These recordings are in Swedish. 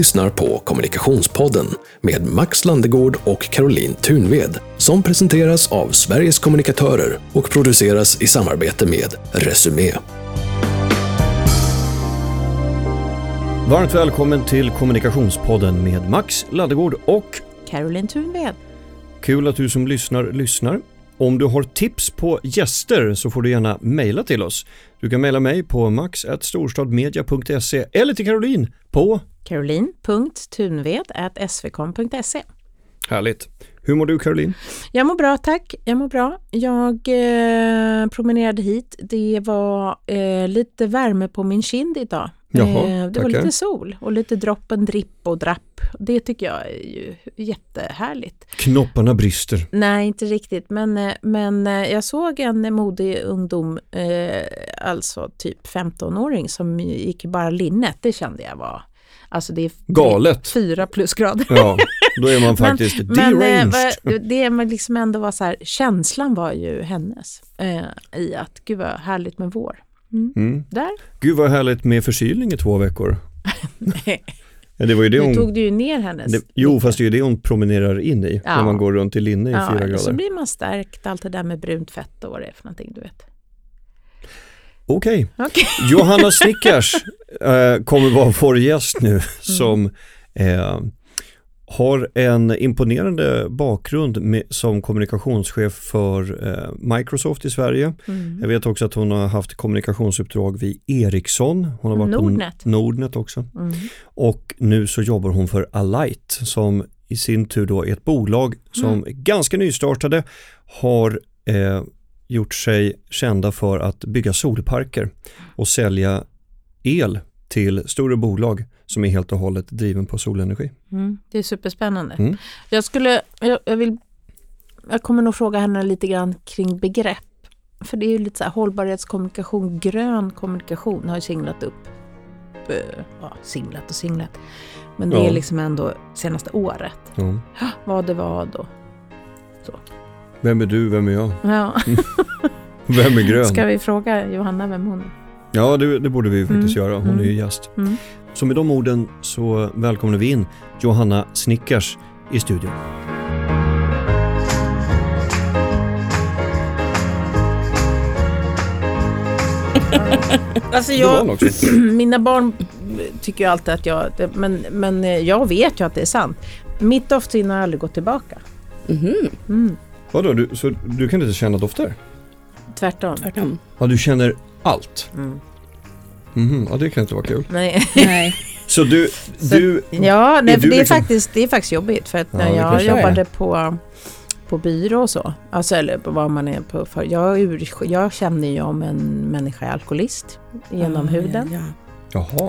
lyssnar på Kommunikationspodden med Max Landegård och Caroline Thunved som presenteras av Sveriges kommunikatörer och produceras i samarbete med Resumé. Varmt välkommen till Kommunikationspodden med Max Landegård och Caroline Thunved. Kul att du som lyssnar. Om du har tips på gäster så får du gärna mejla till oss. Du kan mejla mig på max@storstadmedia.se eller till Caroline på caroline.thunved@svkom.se. Härligt. Hur mår du, Caroline? Jag mår bra, tack. Jag mår bra. Jag promenerade hit. Det var lite värme på min kind idag. Jaha, det var lite sol och lite droppen, dripp och drapp. Det tycker jag är ju jättehärligt. Knopparna brister. Nej, inte riktigt. Men jag såg en modig ungdom, alltså typ 15-åring som gick bara linnet. Det kände jag var... Alltså det är galet. 4 plusgrader. Ja, då är man faktiskt deranged. Det man liksom ändå var så här, känslan var ju hennes i att gud vad härligt med vår. Där. Gud vad härligt med förkylning i 2 veckor. Nej. Ja, det var ju det nu tog du ju ner hennes. Fast det är ju det hon promenerar in i när man går runt i linne i 4 grader. Så blir man stärkt, allt det där med brunt fett och vad det är för någonting, du vet. Okej. Johanna Snickers kommer vara vår gäst nu som har en imponerande bakgrund som kommunikationschef för Microsoft i Sverige. Jag vet också att hon har haft kommunikationsuppdrag vid Ericsson. Hon har varit på Nordnet också. Och nu så jobbar hon för Alight som i sin tur då är ett bolag som ganska nystartade har gjort sig kända för att bygga solparker och sälja el till större bolag som är helt och hållet driven på solenergi. Det är superspännande. Jag kommer nog fråga henne lite grann kring begrepp. För det är ju lite så här hållbarhetskommunikation, grön kommunikation har singlat upp. Singlat. Men det är liksom ändå senaste året. Vad det var då. Så. Vem är du, vem är jag? Ja. Vem är grön? Ska vi fråga Johanna vem hon är? Ja, det borde vi faktiskt göra. Hon är ju gäst. Så med de orden så välkomnar vi in Johanna Snickers i studion. Alltså mina barn tycker ju alltid att men jag vet ju att det är sant. Mitt doftsinne har aldrig gått tillbaka. Vadå? Så du kan inte känna dofter? Tvärtom. Ja, du känner allt? Ja, det kan inte vara kul. Nej. Så du ja, nej, för det är liksom... faktiskt jobbigt för att när jag jobbade på byrå och så, alltså eller på vad man är på för jag känner ju om en människa är alkoholist genom huden. Ja. Jaha.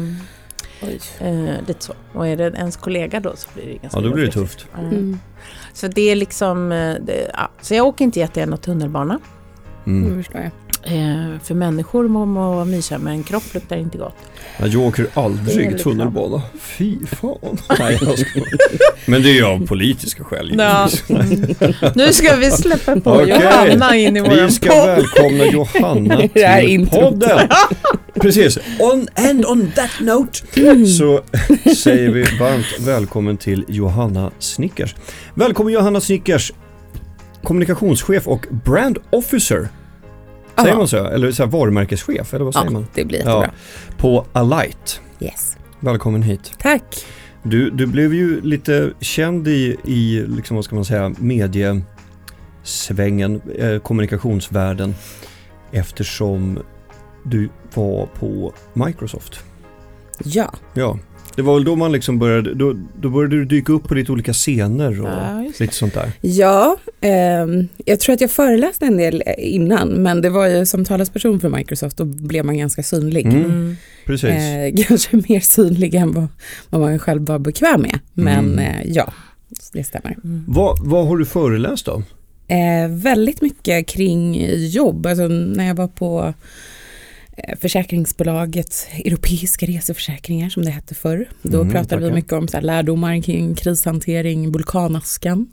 Lite så. Och är det ens kollega då så blir det ganska då blir det tufft. Så det är liksom så jag åker inte jättegärna tunnelbana. Förstår jag. För människor må mysa men en kropp luktar inte gott. Jag åker aldrig tunnelbana. Fy fan. Nej, men det är ju av politiska skäl. Ja. Nu ska vi släppa på Johanna in i våran podd. Vi ska välkomna Johanna till podden. Precis. On that note så säger vi varmt välkommen till Johanna Snickers. Välkommen Johanna Snickers, kommunikationschef och brand officer. Säger man så? Eller så här varumärkeschef, eller vad säger man? Det blir jättebra. På Alight. Yes. Välkommen hit. Tack. Du blev ju lite känd i liksom, vad ska man säga, mediesvängen, kommunikationsvärlden eftersom du var på Microsoft. Ja. Det var väl då man liksom började, då började du dyka upp på lite olika scener och lite sånt där. Ja, jag tror att jag föreläste en del innan, men det var ju som talesperson för Microsoft, då blev man ganska synlig. Precis. Kanske mer synlig än vad man själv var bekväm med, men ja, det stämmer. Vad har du föreläst då? Väldigt mycket kring jobb, alltså när jag var på försäkringsbolaget Europeiska reseförsäkringar som det hette förr. Då pratade vi mycket om så här, lärdomar kring krishantering, vulkanaskan.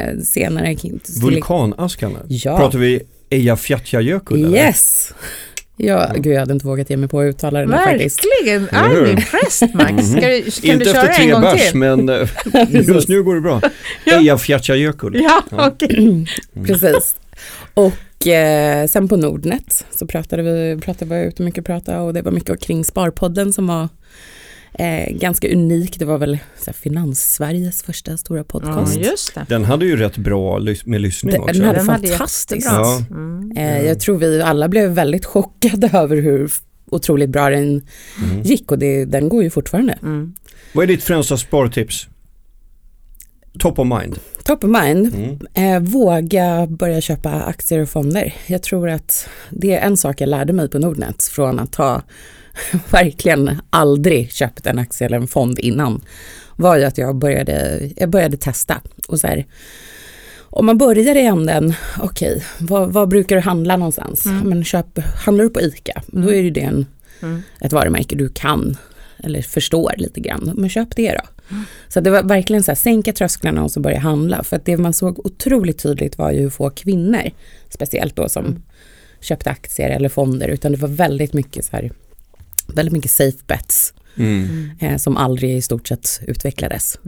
Senare vulkanaskan? Ja. Pratar vi Eyjafjallajökull? Yes. Gud, jag hade inte vågat ge mig på att uttala den faktiskt. Verkligen, I'm impressed, Max. Kan inte du köra efter en gång bärs, till? men just nu går det bra. Eyjafjallajökull. Ja, okej. Precis. Och sen på Nordnet så pratade vi ute mycket och det var mycket kring Sparpodden som var ganska unik. Det var väl Finans-Sveriges första stora podcast. Ja, just det. Den hade ju rätt bra med lyssning också. Den hade fantastiskt. Ja. Jag tror vi alla blev väldigt chockade över hur otroligt bra den gick, och den går ju fortfarande. Vad är ditt främsta spartips? Top of mind. Top of mind. Våga börja köpa aktier och fonder. Jag tror att det är en sak jag lärde mig på Nordnet från att ha verkligen aldrig köpt en aktie eller en fond innan, var ju att jag började testa. Och så här, om man börjar i änden, okej, vad brukar du handla någonstans? Men handlar du på ICA, då är det ett varumärke du kan eller förstår lite grann. Men köp det då. Så det var verkligen så här, sänka trösklarna och så börja handla. För att det man såg otroligt tydligt var ju hur få kvinnor, speciellt då, som köpte aktier eller fonder, utan det var väldigt mycket safe bets som aldrig i stort sett utvecklades.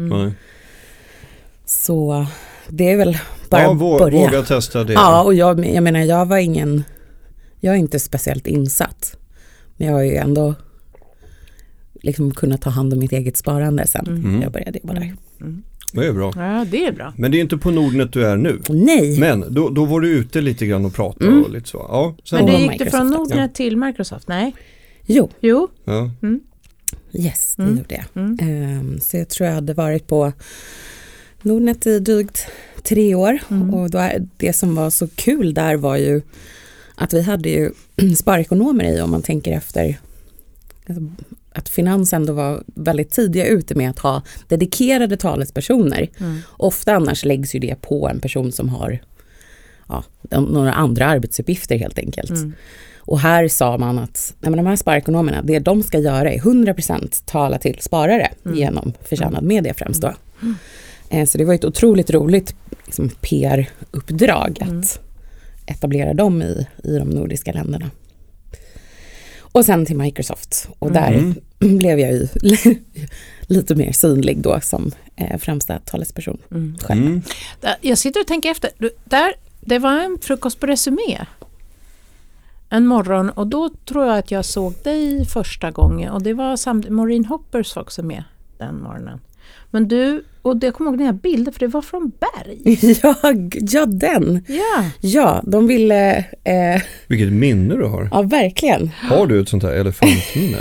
Så det är väl bara börja. Våga testa det. Ja, och jag menar, jag är inte speciellt insatt. Men jag har ju ändå liksom kunnat ta hand om mitt eget sparande sen jag började jobba där. Det är bra. Ja, det är bra. Men det är inte på Nordnet du är nu. Nej. Men då var du ute lite grann och pratade och lite så. Ja, men det gick du från Nordnet till Microsoft? Nej. Jo. Ja. Yes, det gjorde jag. Så jag tror jag hade varit på Nordnet i drygt 3 år. Och det som var så kul där var ju att vi hade ju sparekonomer i, om man tänker efter, att finans ändå var väldigt tidiga ute med att ha dedikerade talespersoner. Ofta annars läggs ju det på en person som har några andra arbetsuppgifter helt enkelt. Och här sa man att de här sparekonomerna, det de ska göra är 100% tala till sparare genom förtjänad media främst då. Så det var ett otroligt roligt liksom, PR-uppdrag att etablera dem i de nordiska länderna. Och sen till Microsoft. Och där blev jag ju lite mer synlig då som främsta talesperson själv. Jag sitter och tänker efter. Det var en frukost på Resumé en morgon, och då tror jag att jag såg dig första gången, och det var Maureen Hoppers också med den morgonen. Men och det kommer ihåg den här bilden, för det var från Berg. Ja, den. Ja, de ville... Vilket minne du har. Ja, verkligen. Har du ett sånt här elefantminne?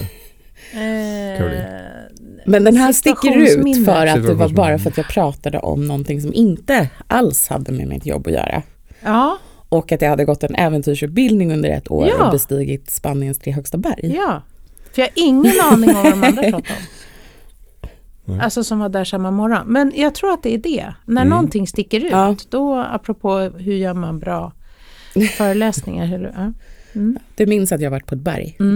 Men den här sticker ut för att det var bara för att jag pratade om någonting som inte alls hade med mitt jobb att göra. Ja. Och att jag hade gått en äventyrsutbildning under 1 år och bestigit Spaniens 3 högsta berg. Ja, för jag har ingen aning om vad de andra pratade om. Alltså som var där samma morgon. Men jag tror att det är det. När någonting sticker ut, då apropå hur gör man bra föreläsningar. Du minns att jag varit på ett berg. Men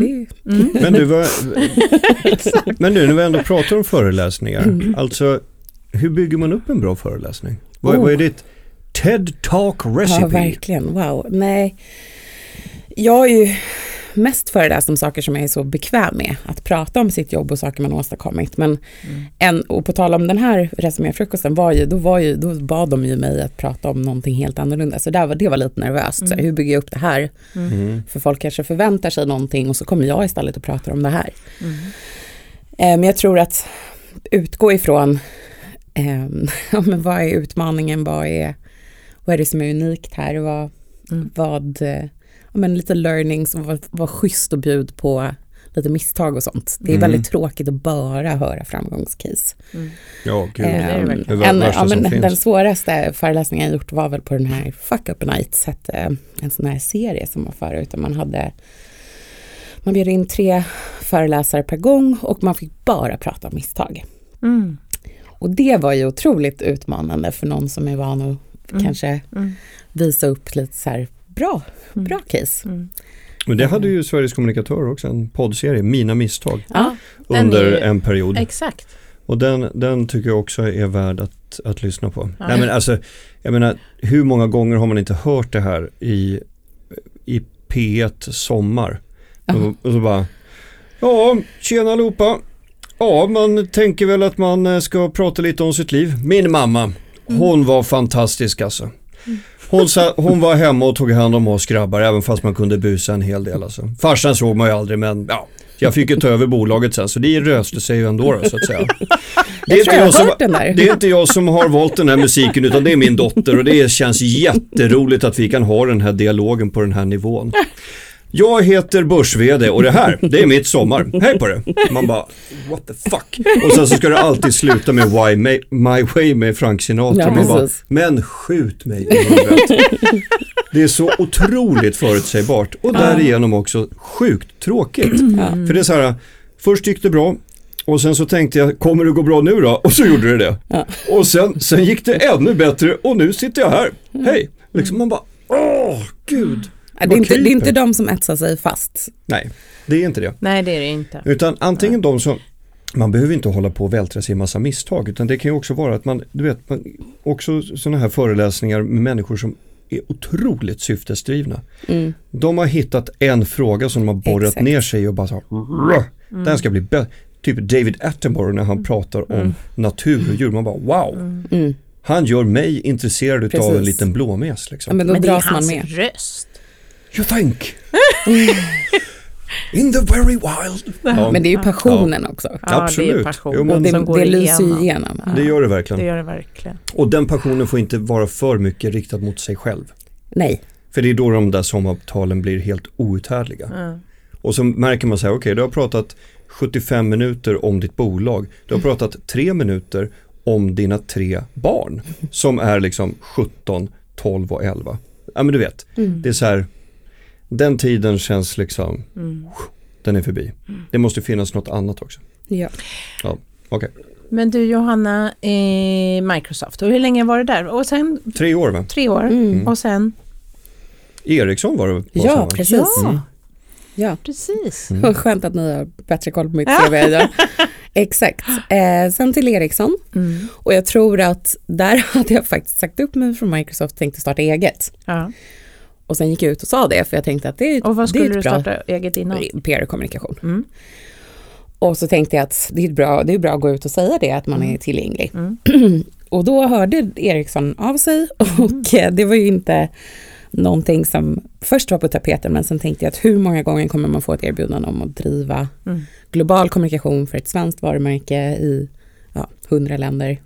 nu när vi ändå pratar om föreläsningar, alltså hur bygger man upp en bra föreläsning? Vad är ditt TED Talk recipe? Ja, verkligen. Wow. Nej, jag är ju mest föreläst om saker som jag är så bekväm med. Att prata om sitt jobb och saker man åstadkommit. Men och på tal om den här resuméfrukosten då bad de ju mig att prata om någonting helt annorlunda. Så det var lite nervöst. Så hur bygger jag upp det här? För folk kanske förväntar sig någonting, och så kommer jag istället och pratar om det här. Men jag tror att utgå ifrån men vad är utmaningen? Vad är det som är unikt här? Men lite learnings, och vad schysst och bjud på lite misstag och sånt. Det är väldigt tråkigt att bara höra framgångscase. Ja, gud. Den svåraste föreläsningen jag gjort var väl på den här Fuck Up Nights, en sån här serie som var förut. Man bjöd in 3 föreläsare per gång, och man fick bara prata om misstag. Och det var ju otroligt utmanande för någon som är van att kanske visa upp lite så här bra case. Men det hade ju Sveriges kommunikatörer också, en poddserie, Mina misstag, under en period. Exakt. Och den tycker jag också är värd att lyssna på. Nej, men alltså, jag menar, hur många gånger har man inte hört det här i P1 sommar? Och så bara, ja, tjena allihopa. Ja, man tänker väl att man ska prata lite om sitt liv. Min mamma, hon var fantastisk alltså. Hon var hemma och tog hand om oss grabbar, även fast man kunde busa en hel del alltså. Farsan såg man ju aldrig, men ja, jag fick ju ta över bolaget sen, så det röste sig ju ändå då, så att säga. Det är inte jag som har valt den här musiken, utan det är min dotter, och det känns jätteroligt att vi kan ha den här dialogen på den här nivån. Jag heter Börs-vd och det är mitt sommar. Hej på det. Man bara, what the fuck? Och sen så ska det alltid sluta med My Way med Frank Sinatra. Ja, man bara, men skjut mig i huvudet. Det är så otroligt förutsägbart och därigenom också sjukt tråkigt. För det är så här, först gick det bra och sen så tänkte jag, kommer det gå bra nu då? Och så gjorde det. Och sen gick det ännu bättre och nu sitter jag här. Hej. Liksom man bara, gud. Det är inte de som etsar sig fast. Nej, det är inte det. Nej, det är det inte. Utan antingen de som, man behöver inte hålla på och vältra sig i massa misstag, utan det kan ju också vara att man också sådana här föreläsningar med människor som är otroligt syftesdrivna. De har hittat en fråga som de har borrat ner sig i och bara så den ska bli bättre. Typ David Attenborough när han pratar om natur och djur. Man bara, wow. Han gör mig intresserad av en liten blåmes. Liksom. Ja, men det är dras hans man med. röst. You think? In the very wild. Ja, men det är ju passionen också. Ja, absolut. Det är passionen det lyser ju igenom. Det gör det verkligen. Det gör det verkligen. Och den passionen får inte vara för mycket riktad mot sig själv. Nej. För det är då de där sommartalen blir helt outhärdliga. Och så märker man så här, okej, du har pratat 75 minuter om ditt bolag. Du har pratat 3 minuter om dina 3 barn som är liksom 17, 12 och 11. Ja, men du vet, det är så här, den tiden känns liksom, den är förbi. Det måste finnas något annat också. Ja, okej. Men du Johanna, Microsoft, och hur länge var det där? Och sen 3 år va? 3 år, och sen? Ericsson var det på ja precis. Ja, precis. Skönt att ni har bättre koll på mitt CV. Ja. Exakt. Sen till Ericsson. Och jag tror att där hade jag faktiskt sagt upp mig från Microsoft och tänkte starta eget. Ja. Och sen gick jag ut och sa det, för jag tänkte att det är ett bra... Och vad skulle du starta eget inom? PR och kommunikation. Och så tänkte jag att det är bra att gå ut och säga det, att man är tillgänglig. Och då hörde Ericsson av sig och det var ju inte någonting som först var på tapeten, men sen tänkte jag att hur många gånger kommer man få ett erbjudande om att driva global kommunikation för ett svenskt varumärke i 100 länder.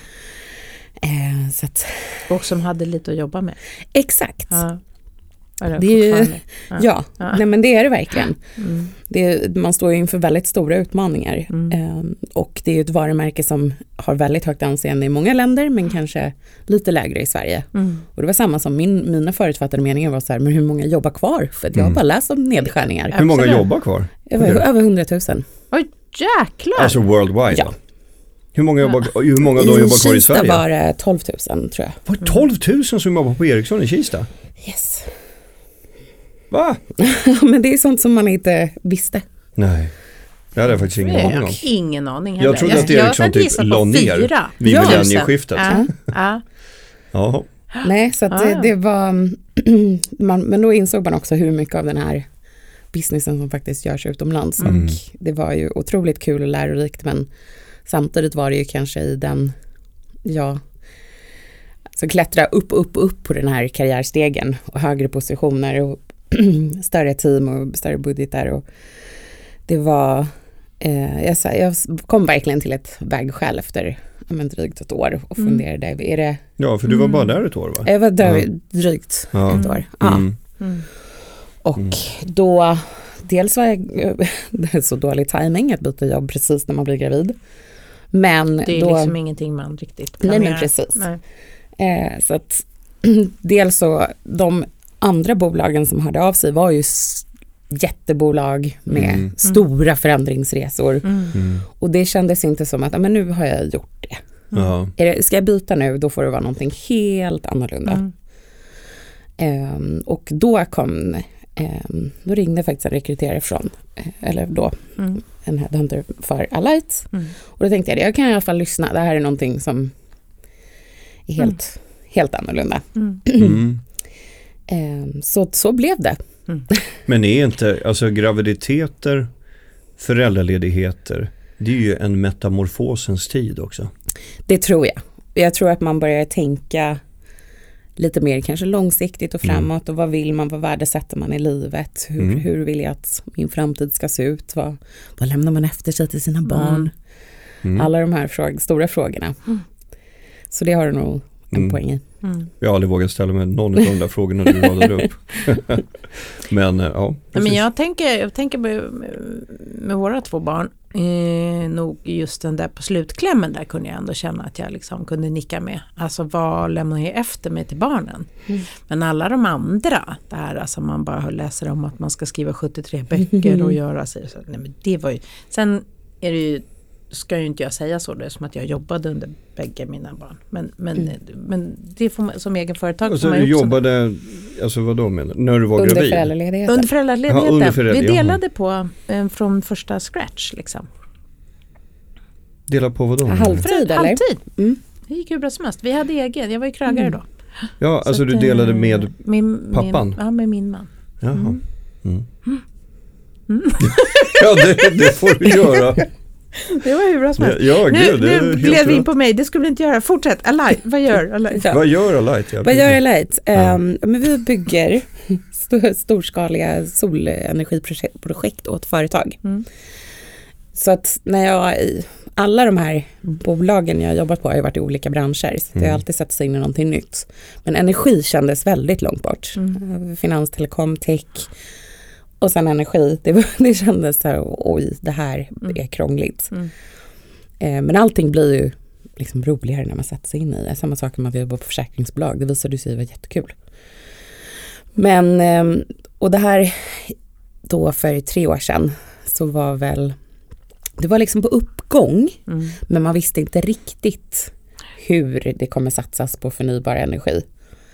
Så att, och som hade lite att jobba med. Exakt. Ja. Det är ju, nej, men det är det verkligen. Man står ju inför väldigt stora utmaningar. Och det är ju ett varumärke som har väldigt högt anseende i många länder, men kanske lite lägre i Sverige. Och det var samma som mina förutfattade meningar var så här, men hur många jobbar kvar? För att jag har bara läst om nedskärningar. Hur många jobbar kvar? Över 100 000. Oj, jäklar! Alltså worldwide? Ja. Hur många då jobbar kvar i Sverige? I Kista var det 12 000 tror jag. Var det 12 000 som jobbar på Ericsson i Kista? Yes. Va? Men det är sånt som man inte visste. Nej. Det hade jag faktiskt ingen aning om. Ingen aning heller. Jag trodde att Ericsson typ la ner vid millennieskiftet. Ja. Nej, så att det var... men då insåg man också hur mycket av den här businessen som faktiskt görs utomlands. Och det var ju otroligt kul och lärorikt, men samtidigt var det ju kanske i den... så klättra upp på den här karriärstegen och högre positioner och större team och större budgetar, och det var jag kom verkligen till ett vägskäl efter drygt ett år och funderade, är det... Ja, för du var bara där ett år va? Jag var där drygt ett år. Och då dels var det är så dålig timing att byta jobb precis när man blir gravid. Men det är då, liksom ingenting man riktigt planerar. Nej, men precis. Så att dels så de andra bolagen som hörde av sig var ju jättebolag med stora förändringsresor. Och det kändes inte som att men nu har jag gjort det. Ska jag byta nu, då får det vara någonting helt annorlunda. Och då då ringde faktiskt en rekryterare från en headhunter för Alight. Och då tänkte jag kan i alla fall lyssna. Det här är någonting som är helt annorlunda. Så blev det. Men är inte, alltså graviditeter, föräldraledigheter, det är ju en metamorfosens tid också. Det tror jag. Jag tror att man börjar tänka lite mer kanske långsiktigt och framåt och vad vill man, vad värdesätter man i livet, hur vill jag att min framtid ska se ut, vad lämnar man efter sig till sina barn, alla de här stora frågorna. Så det har du nog en poäng i. Jag har aldrig vågat ställa mig någon av de där frågorna du radade upp. Men ja, precis. Men jag tänker med våra 2 barn, nog just den där på slutklämmen där kunde jag ändå känna att jag liksom kunde nicka med. Alltså vad lämnar jag efter mig till barnen? Men alla de andra där, alltså man bara läser om att man ska skriva 73 böcker och göra sig så. Nej, men det var ju, sen är det ju, ska ju inte jag säga så, det är som att jag jobbade under bägge mina barn. Men det får man, som egen företag. Alltså du jobbade, alltså vad då menar du? När du var under gravid? Föräldraledigheten. Under föräldraledigheten. Ja, vi delade på från första scratch liksom. Dela på vad då? Halvtid eller? Halvtid. Det gick ju bra som helst. Vi hade egen, jag var ju krögare då. Ja, alltså du delade med pappan? Ja, med min man. Jaha. Ja, det får du göra. Det var hur bra som helst. Ja, nu gled vi in på mig. Det skulle vi inte göra. Fortsätt. Alight. Vad gör Alight? Vad gör Alight? Vad gör Alight? Men vi bygger storskaliga solenergiprojekt åt företag. Så att när jag i alla de här bolagen jag har jobbat på har ju varit i olika branscher. Så det har alltid satt sig in i någonting nytt. Men energi kändes väldigt långt bort. Finans, telekom, tech. Och sen energi, det kändes så här, oj, det här är krångligt. Men allting blir ju liksom roligare när man sätter sig in i det. Samma sak när man jobbar på försäkringsbolag, det visade sig vara jättekul. Men, och det här då för 3 år sedan så var väl, det var liksom på uppgång, men man visste inte riktigt hur det kommer satsas på förnybar energi.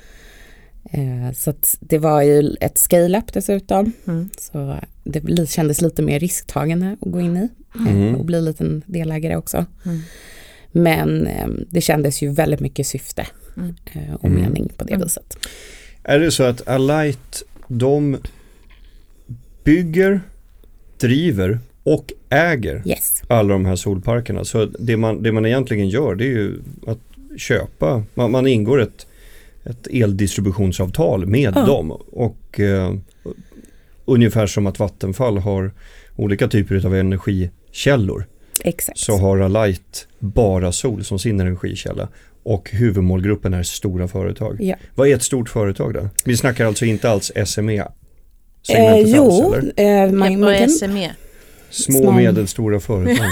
Så att det var ju ett scale-up dessutom. Så det kändes lite mer risktagande att gå in i och bli en liten delägare också. Men det kändes ju väldigt mycket syfte och mening på det viset. Är det så att Alight, de bygger, driver och äger alla de här solparkerna? Så det man egentligen gör, det är ju att köpa, man ingår ett eldistributionsavtal med dem och ungefär som att Vattenfall har olika typer av energikällor. Exakt. Så har Alight bara sol som sin energikälla och huvudmålgruppen är stora företag. Ja. Vad är ett stort företag då? Vi snackar alltså inte alls SME-segmentet alls, eller? Vad är SME? Små medelstora företag.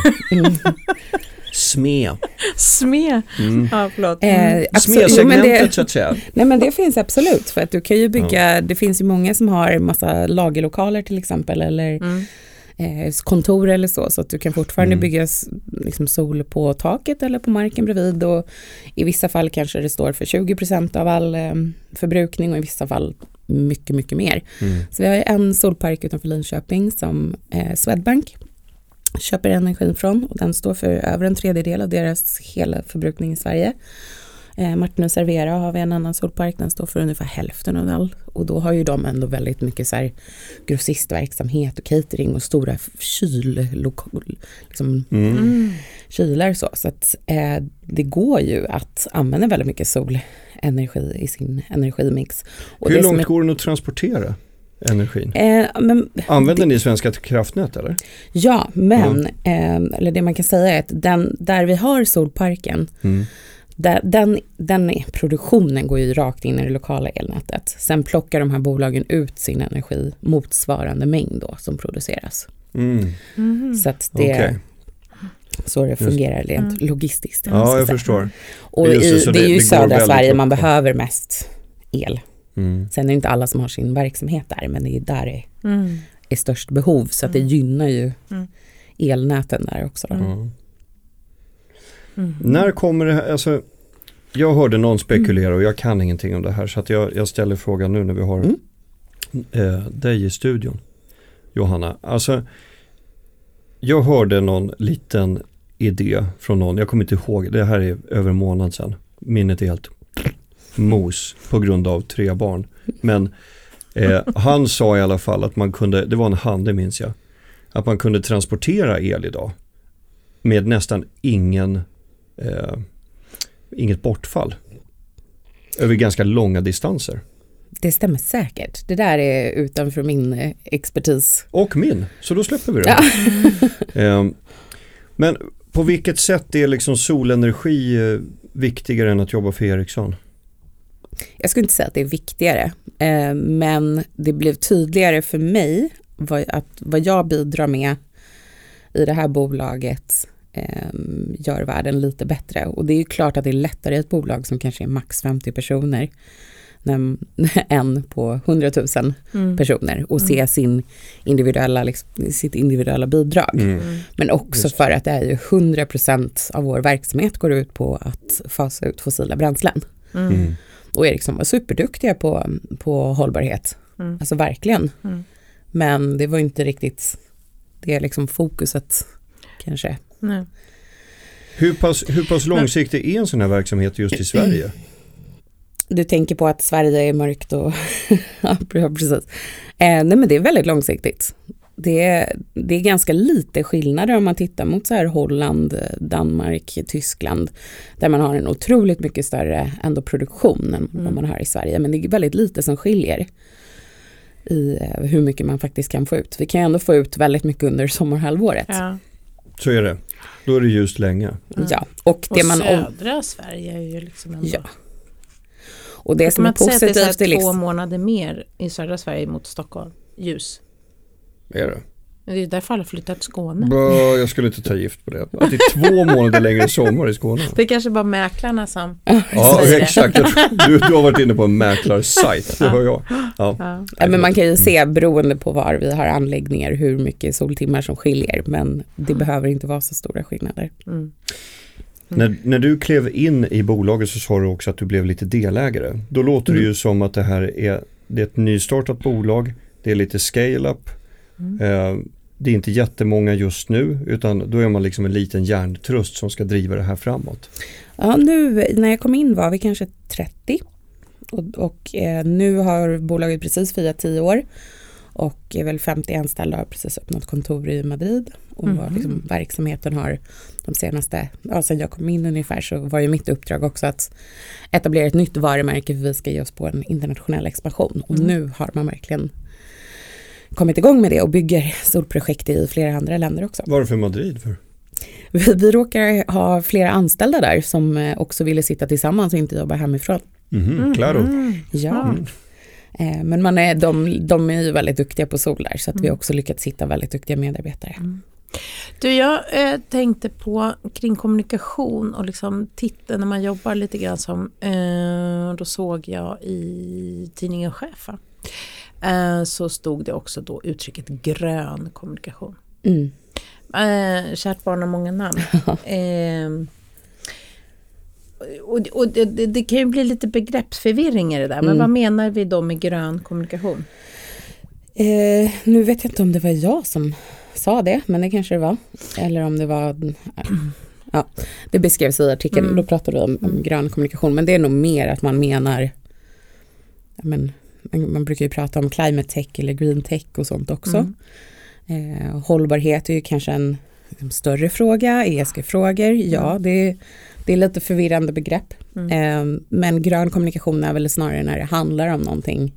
SME. Ja, förlåt. SME-segmentet så att säga. Nej, men det finns absolut, för att du kan ju bygga, det finns ju många som har massa lagerlokaler till exempel, eller kontor eller så att du kan fortfarande bygga liksom sol på taket eller på marken bredvid, och i vissa fall kanske det står för 20% av all förbrukning och i vissa fall mycket, mycket mer. Så vi har en solpark utanför Linköping som Swedbank köper energin från, och den står för över 1/3 av deras hela förbrukning i Sverige. Martin & Servera har vi en annan solpark, den står för ungefär hälften av all, och då har ju de ändå väldigt mycket så här grossistverksamhet och catering och stora kylar så att det går ju att använda väldigt mycket solenergi i sin energimix. Och hur långt går den att transportera energin? Använder ni Svenska kraftnät eller? Ja, men eller det man kan säga är att där vi har solparken, den produktionen går ju rakt in i det lokala elnätet. Sen plockar de här bolagen ut sin energi motsvarande mängd då som produceras. Så att det så det fungerar rent logistiskt. Ja, jag förstår. Och det är ju södra Sverige man behöver mest el. Sen är det inte alla som har sin verksamhet där, men det är där det är störst behov, så att det gynnar ju elnäten där också då. När kommer det här, alltså jag hörde någon spekulera och jag kan ingenting om det här, så att jag ställer frågan nu när vi har dig i studion, Johanna. Alltså jag hörde någon liten idé från någon, jag kommer inte ihåg, det här är över en månad sedan, minnet är helt mos på grund av 3 barn, men Han sa i alla fall att man kunde, det var en handel minns jag, att man kunde transportera el idag med nästan inget bortfall över ganska långa distanser. Det stämmer säkert. Det där är utanför min expertis. Och min, så då släpper vi det. Ja. Men på vilket sätt är liksom solenergi viktigare än att jobba för Ericsson? Jag skulle inte säga att det är viktigare, men det blev tydligare för mig vad jag bidrar med i det här bolaget gör världen lite bättre. Och det är ju klart att det är lättare i ett bolag som kanske är max 50 personer än på 100 000 personer och se sitt individuella bidrag. Men också för att det är ju 100% av vår verksamhet går ut på att fasa ut fossila bränslen. Och Ericsson var superduktiga på hållbarhet. Alltså verkligen. Men det var inte riktigt det liksom fokuset kanske. Nej. Hur pass långsiktig är en sån här verksamhet just i Sverige? Du tänker på att Sverige är mörkt och ja, precis. Nej, men det är väldigt långsiktigt. Det är ganska lite skillnader om man tittar mot så här Holland, Danmark, Tyskland, där man har en otroligt mycket större ändå produktion än vad man har i Sverige. Men det är väldigt lite som skiljer i hur mycket man faktiskt kan få ut. Vi kan ändå få ut väldigt mycket under sommarhalvåret. Ja. Så är det. Då är det just länge. Ja. Och södra Sverige är ju liksom ändå... Ja. Och det som är positivt det är så här 2 månader mer i södra Sverige mot Stockholm. Ljus. Är det? Det är därför alla flyttar till Skåne. Jag skulle inte ta gift på det. Att det är 2 månader längre sommar i Skåne. Det är kanske bara mäklarna som... Ja, exakt. Du har varit inne på en mäklarsajt. Det hör jag. Ja. Men man kan ju se beroende på var vi har anläggningar hur mycket soltimmar som skiljer. Men det behöver inte vara så stora skillnader. När du klev in i bolaget så sa du också att du blev lite delägare. Då låter det ju som att det är ett nystartat bolag. Det är lite scale-up. Det är inte jättemånga just nu, utan då är man liksom en liten hjärntrust som ska driva det här framåt. Ja, nu när jag kom in var vi kanske 30 och nu har bolaget precis firat 10 år och är väl 50 anställda, har precis öppnat kontor i Madrid och liksom, verksamheten har de senaste, sen jag kom in ungefär så var ju mitt uppdrag också att etablera ett nytt varumärke för vi ska ge oss på en internationell expansion och nu har man verkligen kommit igång med det och bygger solprojekt i flera andra länder också. Varför Madrid för? Vi råkar ha flera anställda där som också ville sitta tillsammans och inte jobba hemifrån. Claro. Ja. Men de är ju väldigt duktiga på sol där så att vi också lyckats hitta väldigt duktiga medarbetare. Du, jag tänkte på kring kommunikation och liksom titta när man jobbar lite grann som då såg jag i tidningen Chef så stod det också då uttrycket grön kommunikation. Kärt barn har många namn. Och det kan ju bli lite begreppsförvirring i det där. Men vad menar vi då med grön kommunikation? Nu vet jag inte om det var jag som sa det, men det kanske det var. Eller om det var... Ja, det beskrevs i artikeln. Då pratade vi om grön kommunikation. Men det är nog mer att man menar... Man brukar ju prata om climate tech eller green tech och sånt också. Hållbarhet är ju kanske en större fråga. ESG-frågor, ja, det är lite förvirrande begrepp. Men grön kommunikation är väl snarare när det handlar om någonting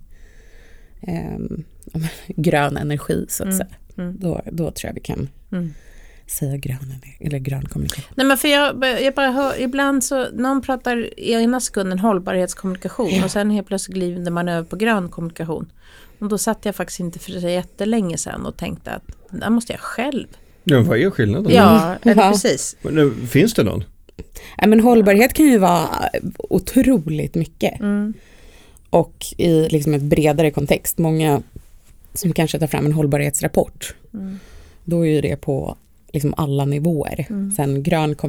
om grön energi så att säga. Då tror jag vi kan säga grön kommunikation. Nej, men för jag bara hör ibland så någon pratar i ena sekunden hållbarhetskommunikation och sen helt plötsligt glider man över på grön kommunikation. Och då satt jag faktiskt inte för så jättelänge sedan och tänkte att där måste jag själv. Ja, vad är skillnaden? Ja, precis. Men finns det någon? Ja, men hållbarhet kan ju vara otroligt mycket. Och i liksom ett bredare kontext. Många som kanske tar fram en hållbarhetsrapport. Då är ju det på liksom alla nivåer. Sen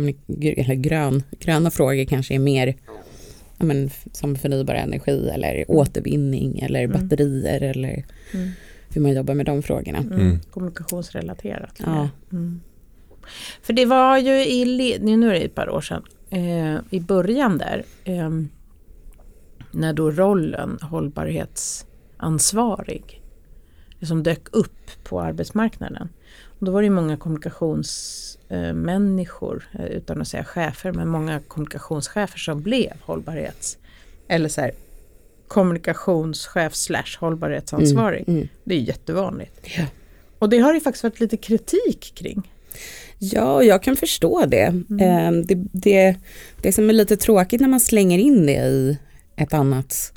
gröna frågor kanske är mer som förnybar energi eller återvinning eller batterier eller hur man jobbar med de frågorna. Kommunikationsrelaterat. Ja. För det var ju nu är det ett par år sedan i början där när då rollen kommunikationsansvarig som dök upp på arbetsmarknaden. Och då var det många kommunikationsmänniskor, utan att säga chefer, men många kommunikationschefer som blev eller så här, kommunikationschef / hållbarhetsansvarig. Det är jättevanligt. Ja. Och det har ju faktiskt varit lite kritik kring. Ja, jag kan förstå det. Det som är lite tråkigt när man slänger in det i ett annat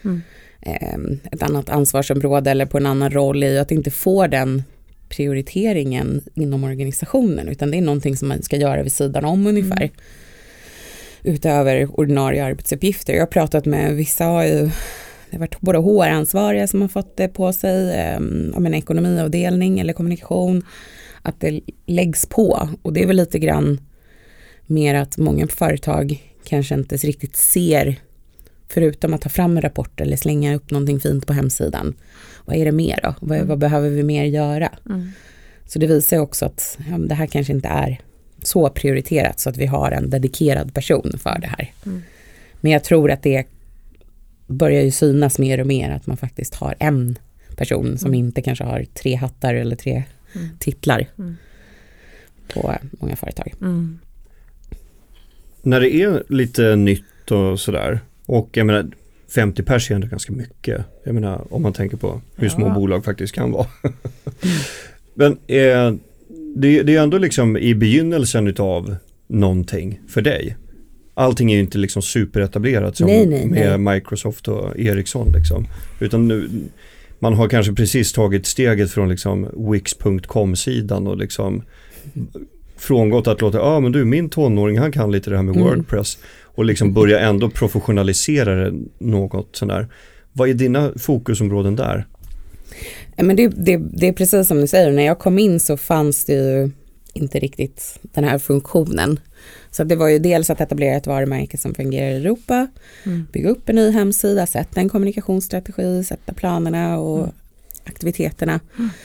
ansvarsområde eller på en annan roll är att inte få den prioriteringen inom organisationen, utan det är någonting som man ska göra vid sidan om ungefär. Utöver ordinarie arbetsuppgifter. Jag har pratat med vissa, det har varit både HR-ansvariga som har fått det på sig, om en ekonomiavdelning eller kommunikation, att det läggs på. Och det är väl lite grann mer att många företag kanske inte riktigt ser, förutom att ta fram en rapport eller slänga upp någonting fint på hemsidan. Vad är det mer då? Vad behöver vi mer göra? Så det visar också att det här kanske inte är så prioriterat så att vi har en dedikerad person för det här. Men jag tror att det börjar ju synas mer och mer att man faktiskt har en person som inte kanske har 3 hattar eller 3 titlar på många företag. När det är lite nytt och sådär, och jag menar 50 pers är ändå ganska mycket. Jag menar om man tänker på hur små bolag faktiskt kan vara. Men det är ändå liksom i begynnelsen utav någonting för dig. Allting är ju inte liksom superetablerat som med Microsoft och Ericsson liksom. Utan nu, man har kanske precis tagit steget från liksom Wix.com-sidan och liksom frångått att låta, men du, min tonåring, han kan lite det här med WordPress och liksom börja ändå professionalisera det något sån där. Vad är dina fokusområden där? Men det är precis som du säger, när jag kom in så fanns det ju inte riktigt den här funktionen. Så det var ju dels att etablera ett varumärke som fungerar i Europa, bygga upp en ny hemsida, sätta en kommunikationsstrategi, sätta planerna och aktiviteterna.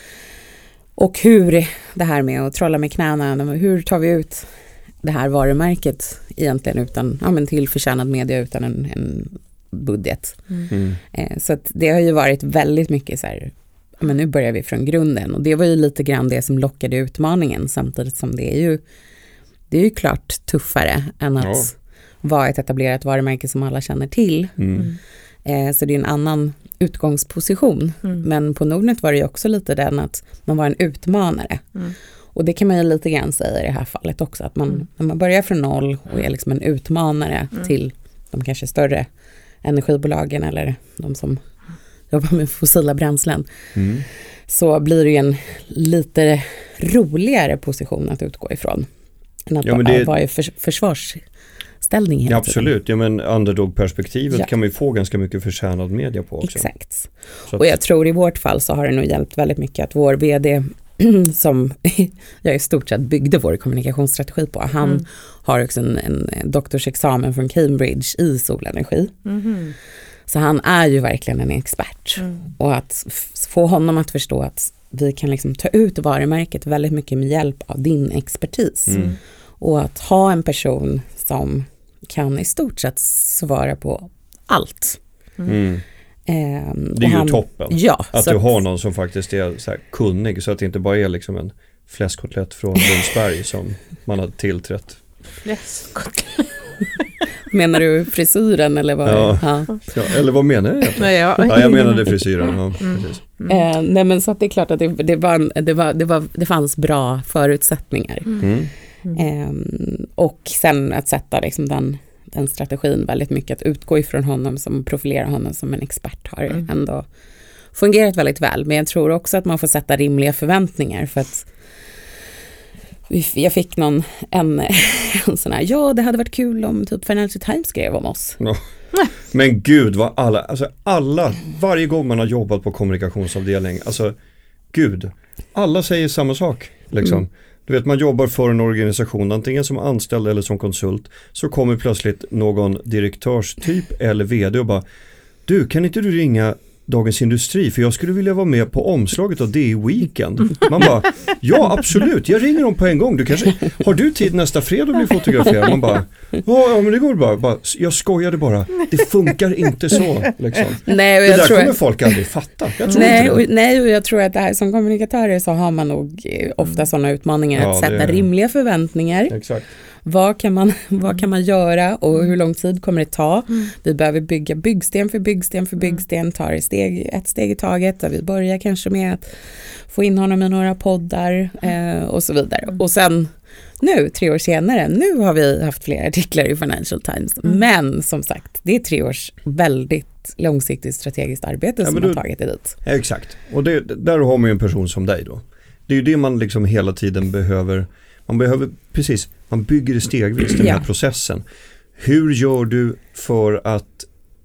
Och hur det här med att trolla med knäna, hur tar vi ut det här varumärket egentligen utan till förtjänad media, utan en budget. Så att det har ju varit väldigt mycket så här, men nu börjar vi från grunden, och det var ju lite grann det som lockade utmaningen, samtidigt som det är ju klart tuffare än att vara ett etablerat varumärke som alla känner till. Så det är en annan utgångsposition. Men på Nordnet var det ju också lite den att man var en utmanare. Och det kan man ju lite grann säga i det här fallet också, att när man börjar från noll och är liksom en utmanare till de kanske större energibolagen eller de som jobbar med fossila bränslen, så blir det ju en lite roligare position att utgå ifrån än att vara i försvarsställning hela tiden. Absolut, men underdog-perspektivet kan man ju få ganska mycket förtjänad media på också. Exakt. Och jag tror i vårt fall så har det nog hjälpt väldigt mycket att vår vd som jag i stort sett byggde vår kommunikationsstrategi på, han har också en doktorsexamen från Cambridge i solenergi. Så han är ju verkligen en expert. Och att få honom att förstå att vi kan liksom ta ut varumärket väldigt mycket med hjälp av din expertis. Och att ha en person som kan i stort sett svara på allt. Det är ju toppen. Ja, att du har någon som faktiskt är så här kunnig, så att det inte bara är liksom en fläskkotlett från Lundsberg som man har tillträtt. Fläskkotlett. Menar du frisyren eller vad? Ja, eller vad menar du? Jag menade frisyren. Precis. Nej, men så att det är klart att det fanns bra förutsättningar. Och sen att sätta liksom den strategin väldigt mycket, att utgå ifrån honom, som profilerar honom som en expert, har ändå fungerat väldigt väl. Men jag tror också att man får sätta rimliga förväntningar, för att jag fick en sån här, det hade varit kul om typ Financial Times skrev om oss. Men gud, vad alla, varje gång man har jobbat på kommunikationsavdelning, alla säger samma sak liksom. Du vet, man jobbar för en organisation, antingen som anställd eller som konsult, så kommer plötsligt någon direktörstyp eller vd och bara, du, kan inte du ringa Dagens Industri för jag skulle vilja vara med på omslaget av det i Weekend. Man bara, ja absolut, jag ringer dem på en gång. Har du tid nästa fredag att bli fotograferad? Man bara, ja men det går bara. Jag skojade bara. Det funkar inte så. Liksom. Nej, och det där kommer folk aldrig fatta. Nej, och jag tror att det här, som kommunikatörer så har man nog ofta sådana utmaningar att sätta rimliga förväntningar. Exakt. Vad kan man göra och hur lång tid kommer det ta? Vi behöver bygga byggsten för byggsten, tar ett steg i taget. Där vi börjar kanske med att få in honom i några poddar och så vidare. Och sen nu, 3 år senare, nu har vi haft flera artiklar i Financial Times. Men som sagt, det är 3 års väldigt långsiktigt strategiskt arbete som har tagit det dit. Ja, exakt. Och där har man ju en person som dig då. Det är ju det man liksom hela tiden behöver. Man bygger det stegvis den här processen. Hur gör du för att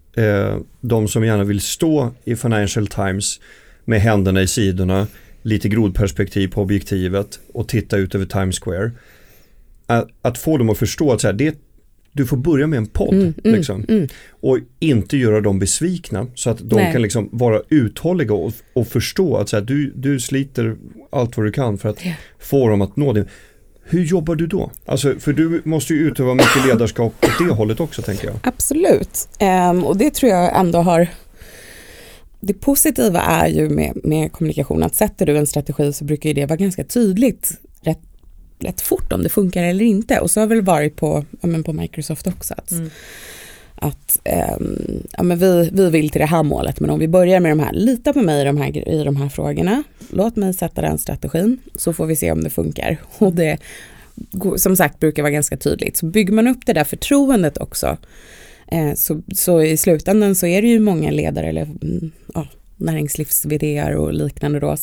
de som gärna vill stå i Financial Times med händerna i sidorna, lite grodperspektiv på objektivet och titta ut över Times Square, att få dem att förstå att så här, du får börja med en podd och inte göra dem besvikna så att de kan liksom vara uthålliga och förstå att så här, du sliter allt vad du kan för att få dem att nå det. Hur jobbar du då? Alltså, för du måste ju utöva mycket ledarskap åt det hållet också, tänker jag. Absolut. Och det tror jag ändå har... Det positiva är ju med kommunikation att sätter du en strategi så brukar ju det vara ganska tydligt rätt fort om det funkar eller inte. Och så har väl varit på Microsoft också att vi vill till det här målet, men om vi börjar med de här, lita på mig i de här frågorna, låt mig sätta den strategin så får vi se om det funkar. Och det som sagt brukar vara ganska tydligt. Så bygger man upp det där förtroendet också så i slutändan så är det ju många ledare eller näringslivs-vd:ar och liknande då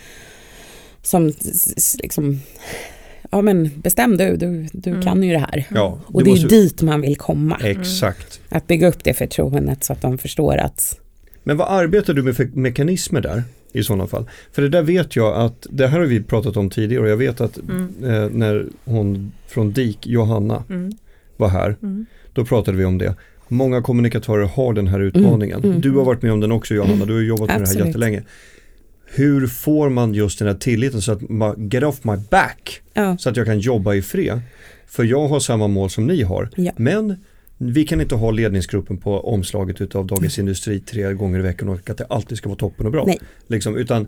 som liksom men bestäm du kan ju det här. Ja, och det är dit man vill komma. Exakt. Att bygga upp det förtroendet så att de förstår att... Men vad arbetar du med för mekanismer där i sådana fall? För det där vet jag att, det här har vi pratat om tidigare och jag vet att när hon från DIK, Johanna, var här, då pratade vi om det. Många kommunikatörer har den här utmaningen. Du har varit med om den också, Johanna. Du har jobbat med det här jättelänge. Hur får man just den här tilliten så att man get off my back så att jag kan jobba i fred? För jag har samma mål som ni har. Ja. Men vi kan inte ha ledningsgruppen på omslaget utav Dagens Industri 3 gånger i veckan och att det alltid ska vara toppen och bra. Liksom, utan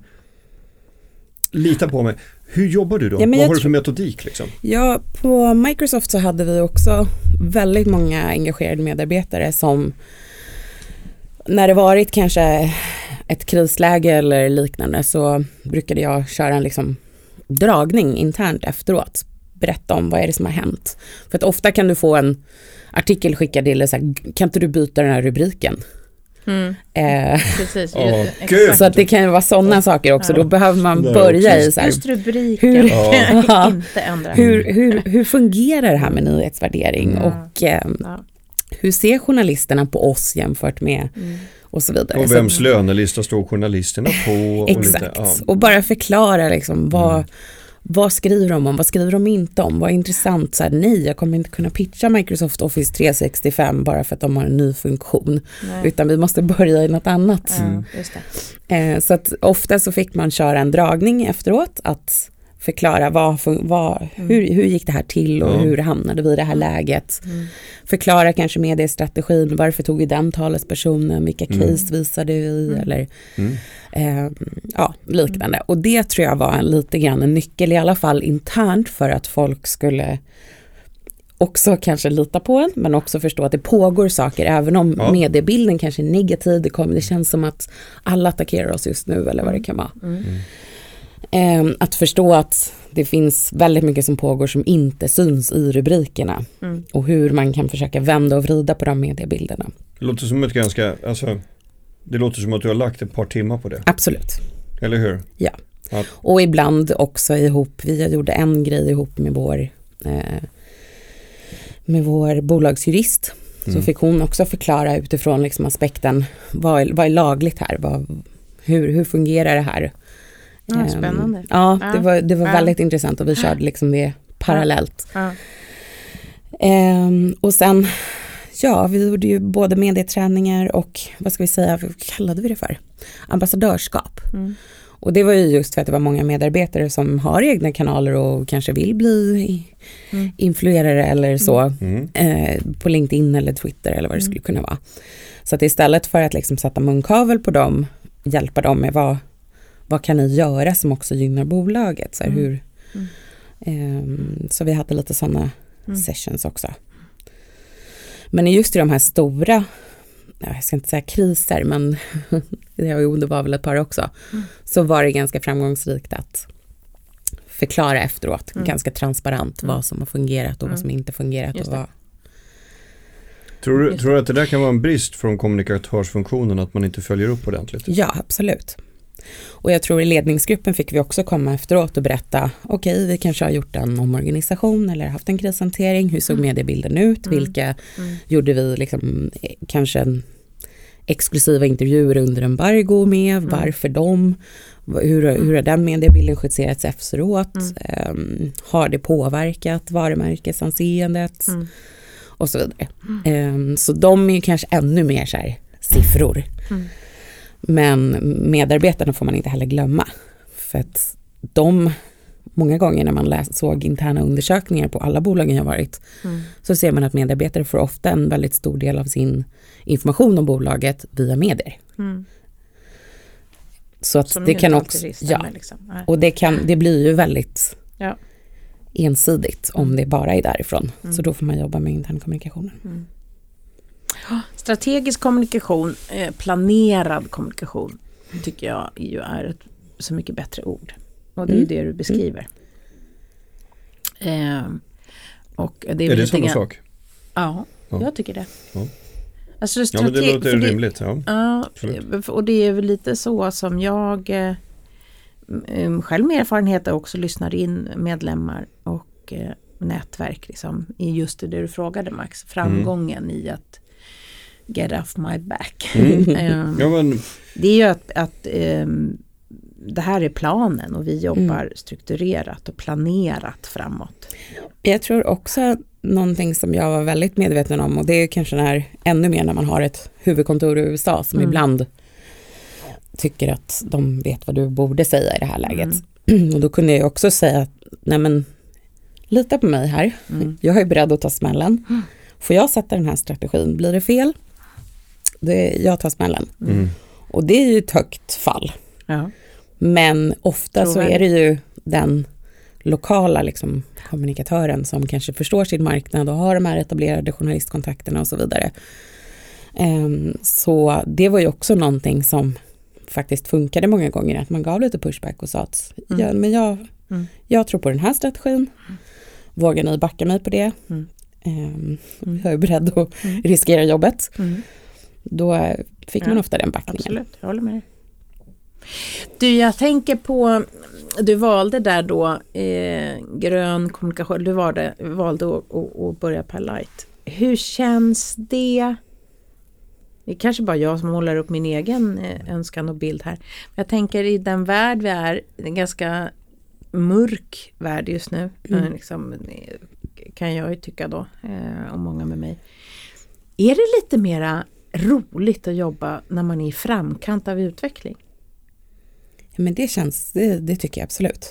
lita på mig. Hur jobbar du då? Vad har du för metodik? Liksom? Ja, på Microsoft så hade vi också väldigt många engagerade medarbetare som när det varit kanske ett krisläge eller liknande så brukade jag köra en liksom dragning internt efteråt. Berätta om vad är det som har hänt. För att ofta kan du få en artikel skickad till så här, kan inte du byta den här rubriken? Precis. Så att det kan ju vara sådana saker också. Då behöver man börja i så här, just rubriken inte ändra. Hur fungerar det här med nyhetsvärdering och hur ser journalisterna på oss jämfört med och så vidare. Och vems lönelista står journalisterna på? Exakt. Och bara förklara liksom vad skriver de om, vad skriver de inte om, vad är intressant. Så här, nej, jag kommer inte kunna pitcha Microsoft Office 365 bara för att de har en ny funktion. Utan vi måste börja i något annat. Just det. Så att ofta så fick man köra en dragning efteråt att förklara hur gick det här till och hur hamnade vi i det här läget. Förklara kanske mediestrategin, varför tog vi den talespersonen, vilka case visade vi eller liknande. Och det tror jag var lite grann en nyckel i alla fall internt för att folk skulle också kanske lita på en, men också förstå att det pågår saker även om mediebilden kanske är negativ. Det känns som att alla attackerar oss just nu eller vad det kan vara. Att förstå att det finns väldigt mycket som pågår som inte syns i rubrikerna och hur man kan försöka vända och vrida på de mediebilderna. Det låter som det låter som att du har lagt ett par timmar på det. Absolut. Eller hur? Ja. Och ibland också vi gjorde en grej ihop med vår bolagsjurist. Så fick hon också förklara utifrån liksom aspekten vad är lagligt här? Hur fungerar det här? Spännande. Det var väldigt intressant och vi körde liksom det parallellt. Och sen vi gjorde ju både medieträningar och vad kallade vi det för? ambassadörskap. Och det var ju just för att det var många medarbetare som har egna kanaler och kanske vill bli influerare eller så på LinkedIn eller Twitter eller vad det skulle kunna vara. Så att istället för att liksom sätta munkavel på dem, hjälpa dem med vad kan ni göra som också gynnar bolaget? Så, här, så vi hade lite sådana sessions också. Men just i de här stora, jag ska inte säga kriser, men det var väl ett par också, så var det ganska framgångsrikt att förklara efteråt, ganska transparent vad som har fungerat och vad som inte fungerat. Och vad... Tror du att det där kan vara en brist från kommunikatörsfunktionen, att man inte följer upp ordentligt? Ja, absolut. Och jag tror i ledningsgruppen fick vi också komma efteråt och berätta, okej, vi kanske har gjort en omorganisation eller haft en krishantering, hur såg mediebilden ut, vilka gjorde vi liksom, kanske exklusiva intervjuer under embargo med, varför hur har den mediebilden skitserats efteråt, har det påverkat varumärkesanseendet och så vidare. Så de är ju kanske ännu mer så här siffror. Men medarbetarna får man inte heller glömma. För att många gånger när man såg interna undersökningar på alla bolagen jag varit, så ser man att medarbetare får ofta en väldigt stor del av sin information om bolaget via medier. Så att det kan också, liksom. Och det blir ju väldigt ensidigt om det bara är därifrån. Så då får man jobba med intern kommunikationen. Strategisk kommunikation, planerad kommunikation tycker jag ju är ett så mycket bättre ord. Och det är ju det du beskriver. Och det är det samma sak? Ja, jag tycker det. Ja. Alltså men det låter rimligt. Ja, och det är väl lite så som jag själv med erfarenhet också lyssnar in medlemmar och nätverk liksom, i just det du frågade, Max. Framgången i att get off my back. Det är ju att det här är planen och vi jobbar strukturerat och planerat framåt. Jag tror också någonting som jag var väldigt medveten om, och det är kanske ännu mer när man har ett huvudkontor i USA som ibland tycker att de vet vad du borde säga i det här läget. Och då kunde jag också säga, nej men lita på mig här. Jag är beredd att ta smällen. Får jag sätta den här strategin? Blir det fel? Jag tar smällen. Och det är ju ett högt fall. Ja. Men ofta så är det ju den lokala liksom, kommunikatören som kanske förstår sin marknad och har de här etablerade journalistkontakterna och så vidare. Så det var ju också någonting som faktiskt funkade många gånger, att man gav lite pushback och sa att jag tror på den här strategin. Vågar ni backa mig på det? Jag är beredd att riskera jobbet. Då fick man ofta den backningen. Absolut, jag håller med. Du, jag tänker på, du valde där då grön kommunikation, du valde att börja på Light. Hur känns det? Det är kanske bara jag som håller upp min egen önskan och bild här. Jag tänker i den värld vi är, en ganska mörk värld just nu, liksom, kan jag ju tycka då, och många med mig. Är det lite mera roligt att jobba när man är i framkant av utveckling? Ja, men det tycker jag absolut.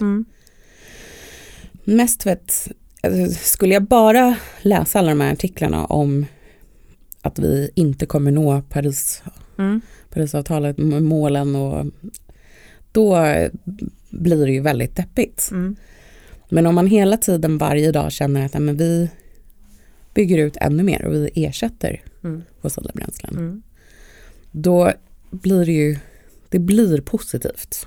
Mest för att skulle jag bara läsa alla de här artiklarna om att vi inte kommer nå Parisavtalet, målen, och då blir det ju väldigt deppigt. Men om man hela tiden varje dag känner att men vi bygger ut ännu mer och vi ersätter fossila bränslen, då blir det blir positivt.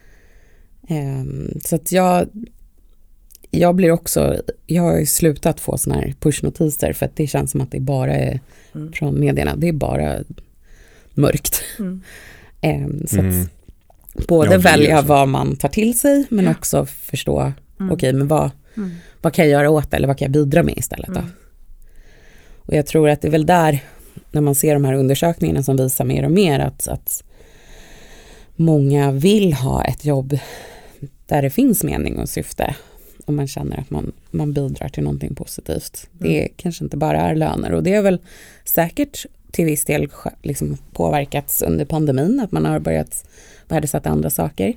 Så att jag blir också, jag har ju slutat få såna här pushnotiser för att det känns som att det bara är från medierna, det är bara mörkt. Så att både välja vad man tar till sig, men också förstå okej, men vad kan jag göra åt det, eller vad kan jag bidra med istället då? Och jag tror att det är väl där, när man ser de här undersökningarna som visar mer och mer att många vill ha ett jobb där det finns mening och syfte, och man känner att man bidrar till någonting positivt. Det kanske inte bara är löner, och det är väl säkert till viss del liksom påverkats under pandemin, att man har börjat värdesätta andra saker.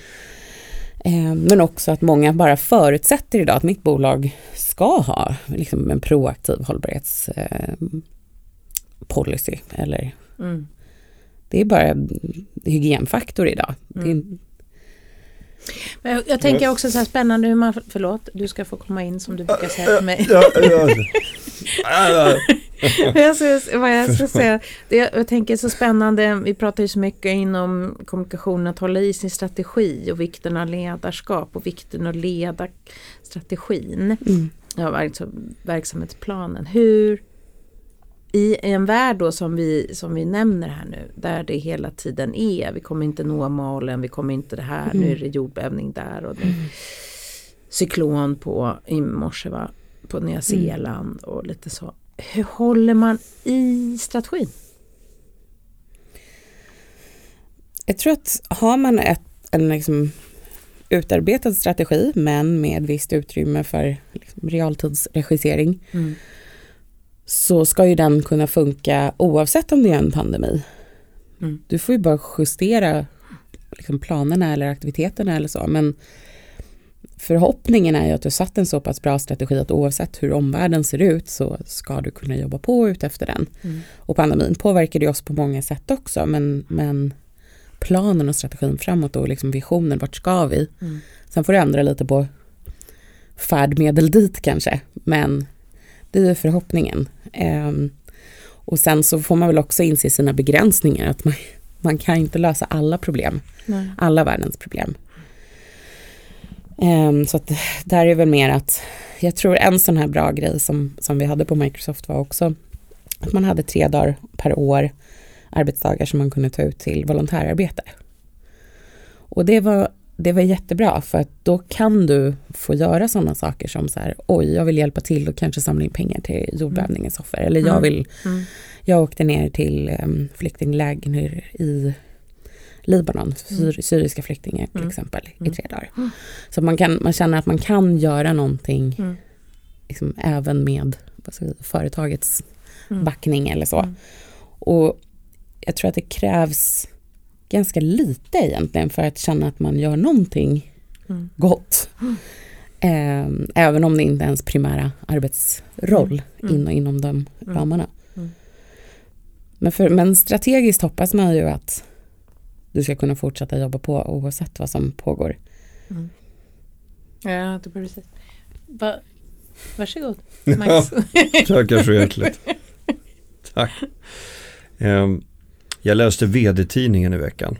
Men också att många bara förutsätter idag att mitt bolag ska ha liksom en proaktiv hållbarhetspolicy. Det är bara hygienfaktor idag. Men jag tänker också så här spännande hur man, förlåt, du ska få komma in som du brukar säga till mig. Jag tänker så spännande, vi pratar ju så mycket inom kommunikation att hålla i sin strategi och vikten av ledarskap och vikten att leda strategin. Ja, alltså verksamhetsplanen. Hur i en värld då som vi nämner här nu, där det hela tiden är, vi kommer inte nå målen, vi kommer inte det här, nu är det jordbävning där och cyklon i morse på Nya Zeeland och lite så. Hur håller man i strategin? Jag tror att har man en liksom utarbetad strategi men med visst utrymme för liksom realtidsregissering så ska ju den kunna funka oavsett om det är en pandemi. Du får ju bara justera liksom planerna eller aktiviteterna eller så, men förhoppningen är ju att du satt en så pass bra strategi att oavsett hur omvärlden ser ut så ska du kunna jobba på ut efter den. Och pandemin påverkade oss på många sätt också, men planen och strategin framåt och liksom visionen, vart ska vi? Sen får du ändra lite på färdmedel dit kanske, men det är förhoppningen. Och sen så får man väl också inse sina begränsningar, att man kan inte lösa alla problem, alla världens problem. Så att där är väl mer att jag tror en sån här bra grej som vi hade på Microsoft var också att man hade 3 dagar per år arbetsdagar som man kunde ta ut till volontärarbete. Och det var jättebra, för att då kan du få göra sådana saker som så här, jag vill hjälpa till och kanske samla in pengar till jordbävningens offer. Eller jag åkte ner till flyktingläger i Libanon, syriska flyktingar till exempel, i 3 dagar. Så man känner att man kan göra någonting liksom, även med företagets backning eller så. Och jag tror att det krävs ganska lite egentligen för att känna att man gör någonting gott. Även om det inte är ens primära arbetsroll inom de ramarna. Men strategiskt hoppas man ju att du ska kunna fortsätta jobba på oavsett vad som pågår. Ja, det är precis. Varsågod, Max. Tackar så hjärtligt. Tack. Jag läste VD-tidningen i veckan.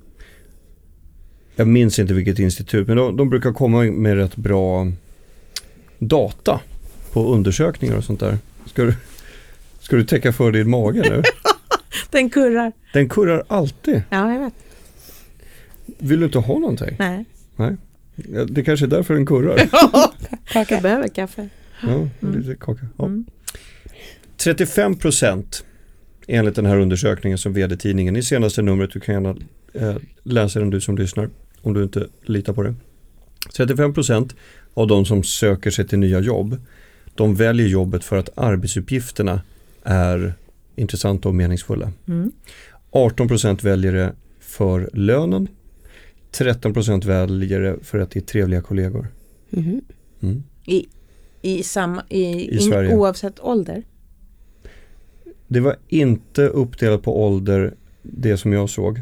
Jag minns inte vilket institut, men de brukar komma med rätt bra data på undersökningar och sånt där. Ska du täcka för din mage nu? Den kurrar. Den kurrar alltid. Ja, jag vet. Vill du inte ha någonting? Nej. Det kanske är därför den kurrar. Kaka behöver kaffe. Ja, lite kaka. Ja. 35% enligt den här undersökningen som VD-tidningen i senaste numret, du kan gärna läsa den du som lyssnar om du inte litar på det. 35% av de som söker sig till nya jobb, de väljer jobbet för att arbetsuppgifterna är intressanta och meningsfulla. 18% väljer det för lönen. 13% väljer det för att det är trevliga kollegor. I Sverige. Oavsett ålder? Det var inte uppdelat på ålder, det som jag såg.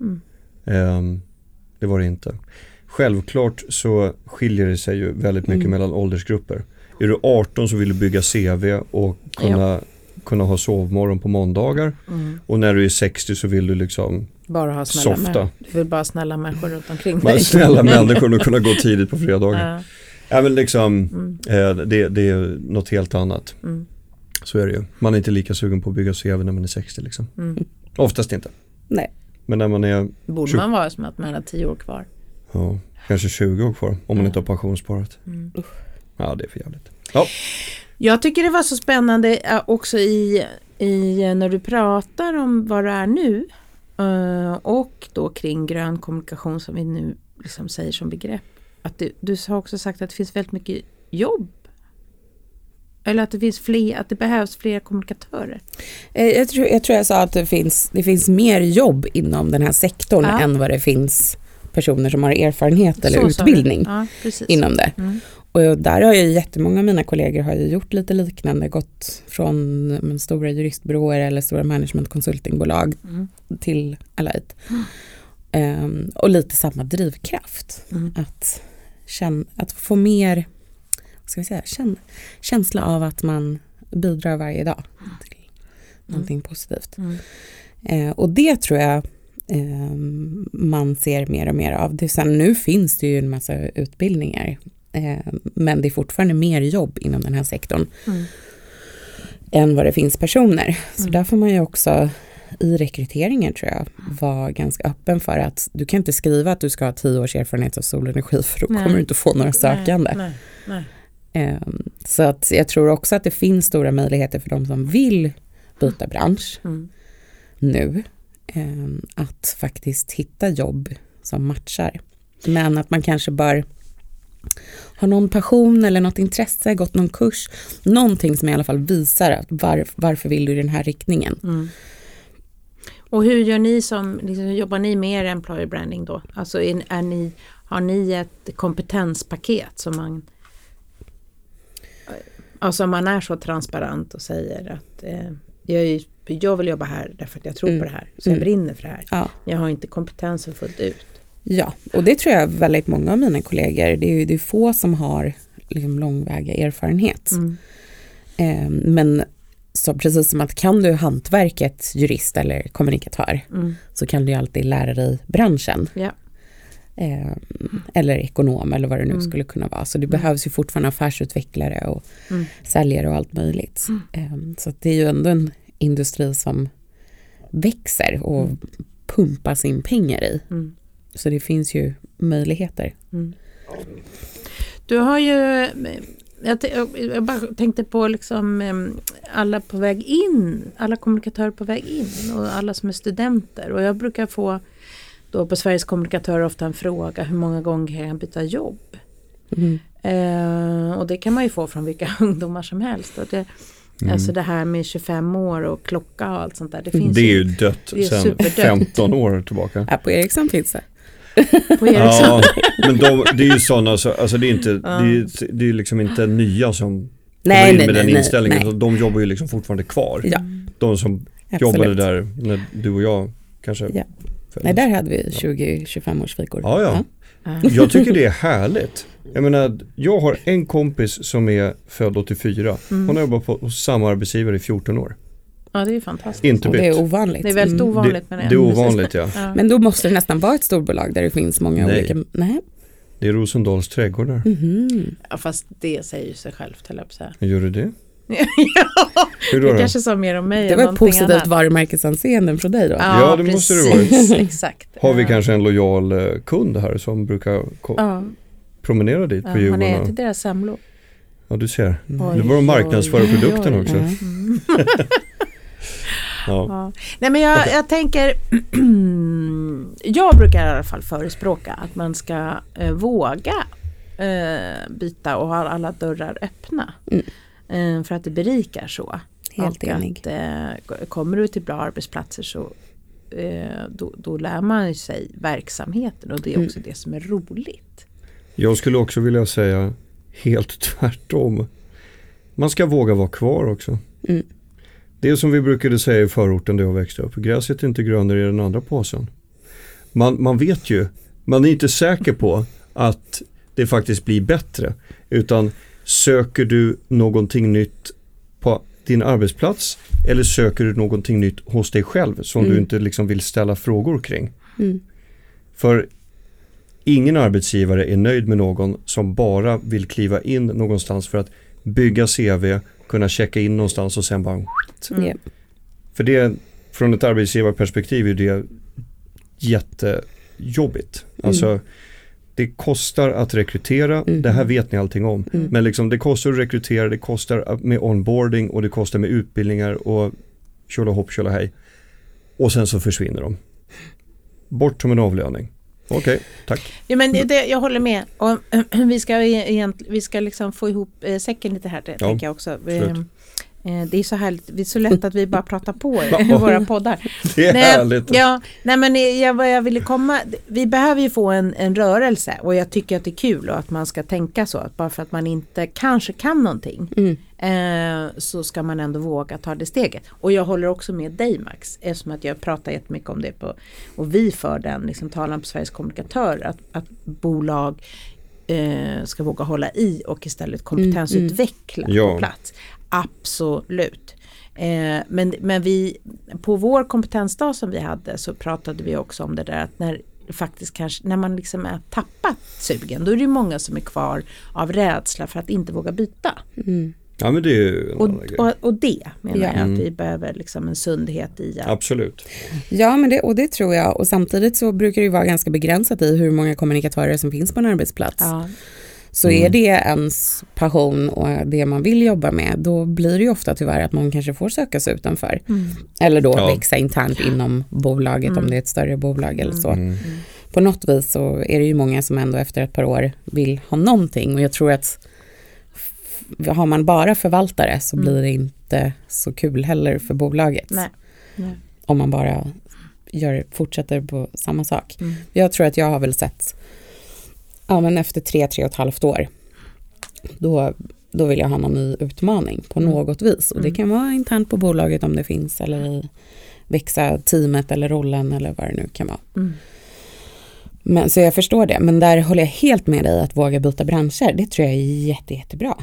Det var det inte. Självklart så skiljer det sig ju väldigt mycket mellan åldersgrupper. Är du 18 så vill du bygga CV och kunna ha sovmorgon på måndagar. Och när du är 60 så vill du liksom bara ha softa. Du vill bara snälla människor runt omkring dig. Snälla människor och kunna gå tidigt på fredagar. Ja, men liksom, det är något helt annat. Så är det ju. Man är inte lika sugen på att bygga CV när man är 60 liksom. Oftast inte. Nej. Men när man är... Borde man vara som att man har 10 år kvar? Ja, kanske 20 år kvar om man inte har pensionssparat. Ja, det är för jävligt. Ja. Jag tycker det var så spännande också i när du pratar om vad det är nu och då kring grön kommunikation som vi nu liksom säger som begrepp. Att du har också sagt att det finns väldigt mycket jobb Eller att det behövs fler kommunikatörer? Jag tror jag sa att det finns mer jobb inom den här sektorn än vad det finns personer som har erfarenhet eller utbildning inom det. Och där har ju jättemånga av mina kollegor har ju gjort lite liknande, gått från stora juristbyråer eller stora managementkonsultingbolag till Alight. Och lite samma drivkraft. Att få mer, vad ska vi säga, känsla av att man bidrar varje dag till någonting positivt. Och det tror jag man ser mer och mer av. Sen nu finns det ju en massa utbildningar, men det är fortfarande mer jobb inom den här sektorn än vad det finns personer. Så där får man ju också i rekryteringen, tror jag, vara ganska öppen för att du kan inte skriva att du ska ha 10 års erfarenhet av solenergi, för då kommer du inte få några sökande. Nej. Så att jag tror också att det finns stora möjligheter för de som vill byta bransch nu att faktiskt hitta jobb som matchar. Men att man kanske bör ha någon passion eller något intresse, gått någon kurs, någonting som i alla fall visar att varför vill du i den här riktningen. Och hur gör ni jobbar ni med er employer branding då? Alltså har ni ett kompetenspaket som man är så transparent och säger att jag vill jobba här därför att jag tror på det här, så jag brinner för det här. Ja. Jag har inte kompetensen fullt ut. Ja, och det tror jag väldigt många av mina kollegor, det är få som har liksom långväga erfarenhet. Men så precis som att kan du hantverket, jurist eller kommunikatör, så kan du alltid lära dig branschen. Ja. Eller ekonom eller vad det nu skulle kunna vara. Så det behövs ju fortfarande affärsutvecklare och säljare och allt möjligt. Så det är ju ändå en industri som växer och pumpar sin pengar i. Så det finns ju möjligheter. Du har ju... Jag bara tänkte på liksom alla på väg in, alla kommunikatörer på väg in och alla som är studenter. Och jag brukar få då på Sveriges kommunikatörer ofta en fråga: hur många gånger kan jag byta jobb? Och det kan man ju få från vilka ungdomar som helst. Och alltså det här med 25 år och klocka och allt sånt där. Det är ju dött sedan 15 år tillbaka. Ja, på Ericsson finns det. Ja, men det är ju sådana, alltså det är inte det är liksom inte nya som kommer in med den inställningen. Nej. De jobbar ju liksom fortfarande kvar. Ja. De som jobbade där när du och jag kanske. Ja. Nej, där hade vi 20-25 års fikor. Ja. Jag tycker det är härligt. Jag menar, jag har en kompis som är född 84. Hon har jobbat på samma arbetsgivare i 14 år. Ja, det är ju fantastiskt. Inte det är ovanligt. Det är väldigt ovanligt med det. Det är ovanligt, ja. Men då måste det nästan vara ett storbolag där det finns många olika... Nej. Det är Rosendals trädgårdar. Ja, fast det säger ju sig självt, höll jag på att säga. Gör du det? Ja, det kanske sa mer om mig. Det var ett positivt varumärkesanseende från dig då. Ja, det måste det vara. Exakt. Har vi kanske en lojal kund här som brukar promenera dit på Djurgården? Han är till deras samlo. Ja, du ser. Det var de marknadsföra produkten också. Ja. Nej, men jag tänker jag brukar i alla fall förespråka att man ska våga byta och ha alla dörrar öppna för att det berikar så. Helt enig. Kommer du till bra arbetsplatser så då lär man sig verksamheten, och det är också det som är roligt. Jag skulle också vilja säga helt tvärtom. Man ska våga vara kvar också. Det är som vi brukade säga i förorten där jag växte upp. Gräset är inte grönare i den andra påsen. Man vet ju, man är inte säker på att det faktiskt blir bättre. Utan söker du någonting nytt på din arbetsplats, eller söker du någonting nytt hos dig själv som du inte liksom vill ställa frågor kring. För ingen arbetsgivare är nöjd med någon som bara vill kliva in någonstans för att bygga CV, kunna checka in någonstans och sen bara... För det, från ett arbetsgivarperspektiv är det jättejobbigt. Alltså, det kostar att rekrytera, det här vet ni allting om. Men liksom, det kostar att rekrytera, det kostar med onboarding och det kostar med utbildningar och tjola hopp, tjola hej. Och sen så försvinner de. Bort som en avlöning. Okej, tack. Ja, men jag håller med. Och, vi ska liksom få ihop säcken lite här, tänker jag också. Det är så härligt, det är så lätt att vi bara pratar på i våra poddar. Det är härligt. Ja, nej, men jag ville komma, vi behöver ju få en rörelse, och jag tycker att det är kul och att man ska tänka så, att bara för att man inte kanske kan någonting så ska man ändå våga ta det steget. Och jag håller också med dig, Max, eftersom att jag pratar jättemycket om det och vi för den liksom, talan på Sveriges kommunikatörer, att bolag ska våga hålla i och istället kompetensutveckla på plats. Absolut. Men vi, på vår kompetensdag som vi hade, så pratade vi också om det där att när man liksom är tappat sugen, då är det ju många som är kvar av rädsla för att inte våga byta. Ja, men det är ju och det menar jag att vi behöver liksom en sundhet i. Absolut. Ja, men det tror jag. Och samtidigt så brukar det ju vara ganska begränsat i hur många kommunikatörer som finns på en arbetsplats. Ja. Så är det ens passion och det man vill jobba med, då blir det ju ofta tyvärr att man kanske får söka sig utanför. Eller då växa internt inom bolaget om det är ett större bolag eller så. På något vis så är det ju många som ändå efter ett par år vill ha någonting, och jag tror att har man bara förvaltare så blir det inte så kul heller för bolaget. Nej. Om man bara fortsätter på samma sak. Jag tror att jag har väl sett men efter 3,5 år då vill jag ha någon ny utmaning på något vis. Och det kan vara internt på bolaget om det finns, eller växa teamet eller rollen eller vad det nu kan vara. Men, så jag förstår det. Men där håller jag helt med dig, att våga byta branscher. Det tror jag är jättebra.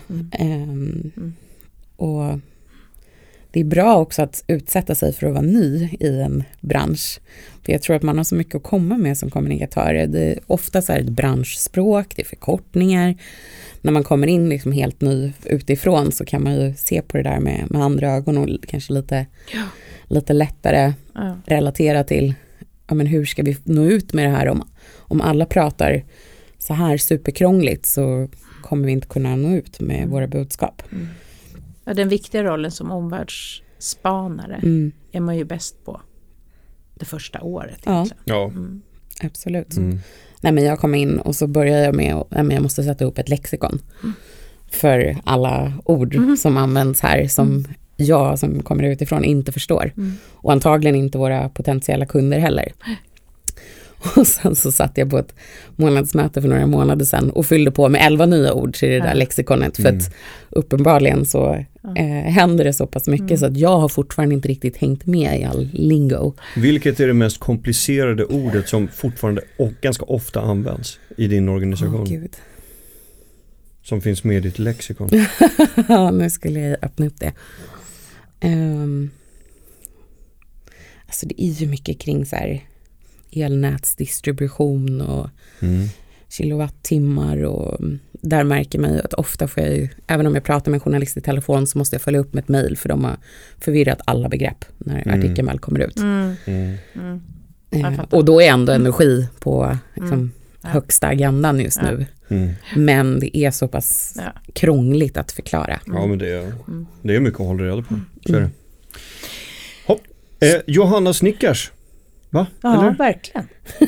Och det är bra också att utsätta sig för att vara ny i en bransch. För jag tror att man har så mycket att komma med som kommunikatör. Det är ofta så här ett branschspråk, det är förkortningar. När man kommer in liksom helt ny utifrån så kan man ju se på det där med andra ögon och kanske lite lättare relatera till men hur ska vi nå ut med det här. Om alla pratar så här superkrångligt så kommer vi inte kunna nå ut med våra budskap. Ja, den viktiga rollen som omvärldsspanare är man ju bäst på det första året. Ja. Absolut. Nej, men jag kom in och så började jag med att jag måste sätta upp ett lexikon för alla ord som används här som jag som kommer utifrån inte förstår. Och antagligen inte våra potentiella kunder heller. Och sen så satt jag på ett månadsmöte för några månader sedan och fyllde på med 11 nya ord till det där lexikonet. För att uppenbarligen så händer det så pass mycket så att jag har fortfarande inte riktigt hängt med i all lingo. Vilket är det mest komplicerade ordet som fortfarande och ganska ofta används i din organisation? Gud. Som finns med i ditt lexikon. Ja, nu skulle jag öppna upp det. Alltså det är ju mycket kring så här elnätsdistribution och kilowattimmar, och där märker man ju att ofta får jag ju, även om jag pratar med en journalist i telefon, så måste jag följa upp med ett mejl för de har förvirrat alla begrepp när artikeln väl kommer ut. Och då är ändå energi på liksom, högsta agendan just nu. Men det är så pass krångligt att förklara. Ja, men det är mycket att hålla reda på. Så är det. Hopp. Johanna Snickers. Va? Ja, eller? Verkligen.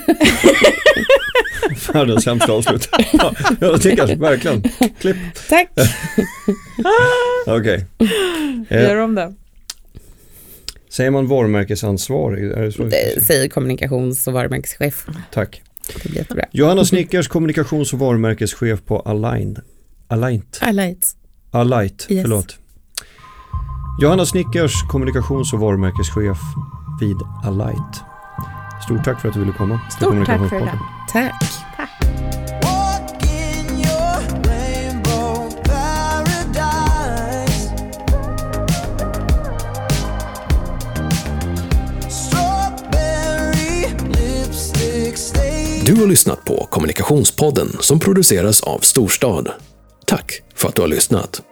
Världens sämsta avslut. Johanna Snickers, verkligen. Klipp. Tack. Okej. Gör om det. Säger man varumärkesansvarig? Är det så? Det säger kommunikations- och varumärkeschef. Tack. Det blir jättebra. Johanna Snickers, kommunikations- och varumärkeschef på Alight, yes. Förlåt. Johanna Snickers, kommunikations- och varumärkeschef vid Alight. Stort tack för att du ville komma. Stort tack för det. Tack. Du har lyssnat på Kommunikationspodden som produceras av Storstad. Tack för att du har lyssnat.